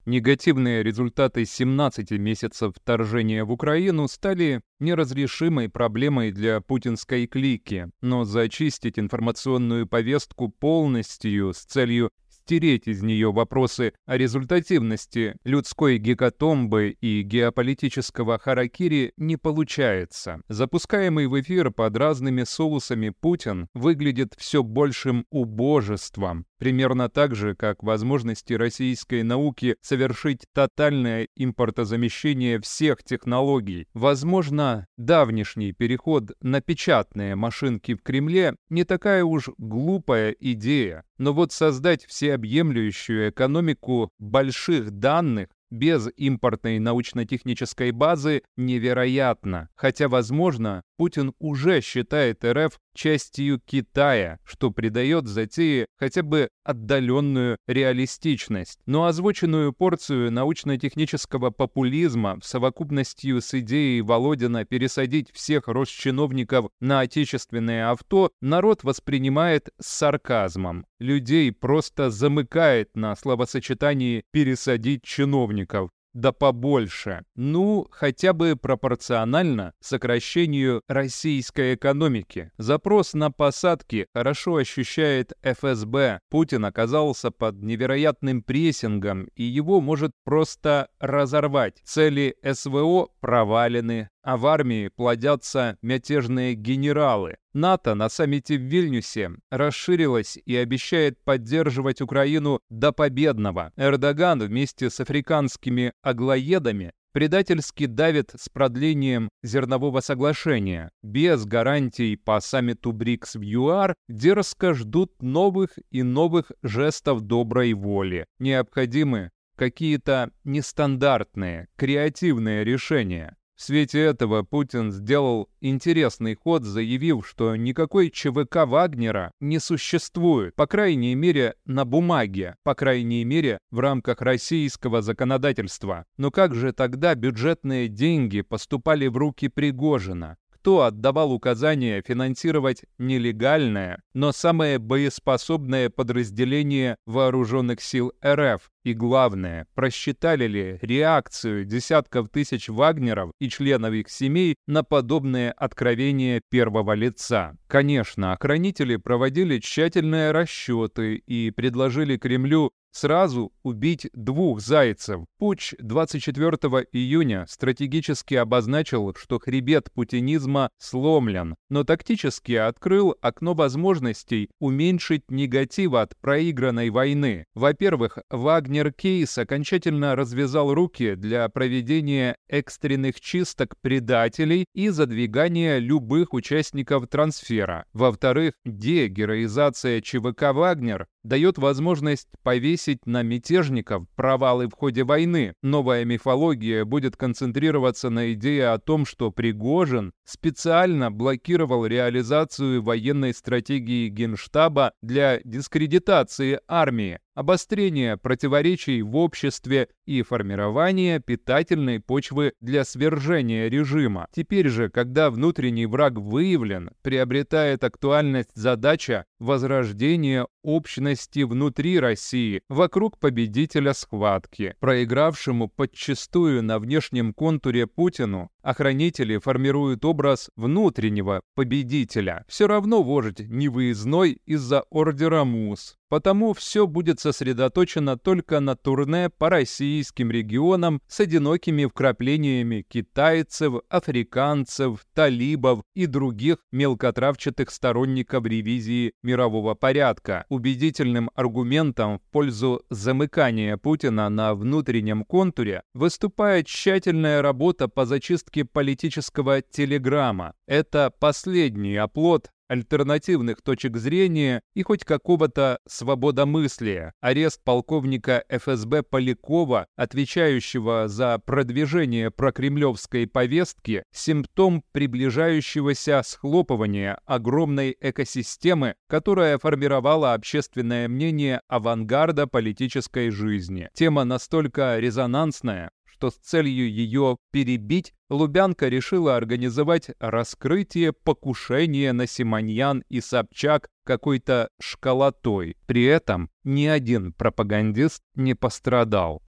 Негативные результаты 17 месяцев вторжения в Украину стали неразрешимой проблемой для путинской клики, но зачистить информационную повестку полностью с целью стереть из нее вопросы о результативности людской гекатомбы и геополитического харакири не получается. Запускаемый в эфир под разными соусами Путин выглядит все большим убожеством. Примерно так же, как возможности российской науки совершить тотальное импортозамещение всех технологий. Возможно, давнишний переход на печатные машинки в Кремле не такая уж глупая идея. Но вот создать всеобъемлющую экономику больших данных без импортной научно-технической базы невероятно. Хотя, возможно, Путин уже считает РФ частью Китая, что придает затее хотя бы отдаленную реалистичность. Но озвученную порцию научно-технического популизма в совокупности с идеей Володина пересадить всех Росчиновников на отечественные авто народ воспринимает с сарказмом. Людей просто замыкает на словосочетании «пересадить чиновников». Да побольше. Ну, хотя бы пропорционально сокращению российской экономики. Запрос на посадки хорошо ощущает ФСБ. Путин оказался под невероятным прессингом, и его может просто разорвать. Цели СВО провалены, а в армии плодятся мятежные генералы. НАТО на саммите в Вильнюсе расширилось и обещает поддерживать Украину до победного. Эрдоган вместе с африканскими аглоедами предательски давит с продлением зернового соглашения. Без гарантий по саммиту БРИКС в ЮАР дерзко ждут новых и новых жестов доброй воли. Необходимы какие-то нестандартные, креативные решения. В свете этого Путин сделал интересный ход, заявив, что никакой ЧВК Вагнера не существует, по крайней мере на бумаге, по крайней мере в рамках российского законодательства. Но как же тогда бюджетные деньги поступали в руки Пригожина? Кто отдавал указания финансировать нелегальное, но самое боеспособное подразделение вооруженных сил РФ? И главное, просчитали ли реакцию десятков тысяч вагнеров и членов их семей на подобные откровения первого лица? Конечно, охранители проводили тщательные расчеты и предложили Кремлю сразу убить двух зайцев. Путч 24 июня стратегически обозначил, что хребет путинизма сломлен, но тактически открыл окно возможностей уменьшить негатив от проигранной войны. Во-первых, Вагнер-кейс окончательно развязал руки для проведения экстренных чисток предателей и задвигания любых участников трансфера. Во-вторых, дегероизация ЧВК «Вагнер» дает возможность повесить на мятежников провалы в ходе войны. Новая мифология будет концентрироваться на идее о том, что Пригожин специально блокировал реализацию военной стратегии Генштаба для дискредитации армии, обострения противоречий в обществе и формирования питательной почвы для свержения режима. Теперь же, когда внутренний враг выявлен, приобретает актуальность задача возрождения общности внутри России вокруг победителя схватки. Проигравшему подчистую на внешнем контуре Путину охранители формируют образ внутреннего победителя. Все равно вождь невыездной из-за ордера МУС. Потому все будет сосредоточено только на турне по российским регионам с одинокими вкраплениями китайцев, африканцев, талибов и других мелкотравчатых сторонников ревизии мирового порядка. Убедительным аргументом в пользу замыкания Путина на внутреннем контуре выступает тщательная работа по зачистке политического телеграмма. Это последний оплот альтернативных точек зрения и хоть какого-то свободомыслия. Арест полковника ФСБ Полякова, отвечающего за продвижение прокремлевской повестки, симптом приближающегося схлопывания огромной экосистемы, которая формировала общественное мнение авангарда политической жизни. Тема настолько резонансная, что с целью ее перебить Лубянка решила организовать раскрытие покушения на Симоньян и Собчак какой-то школотой. При этом ни один пропагандист не пострадал.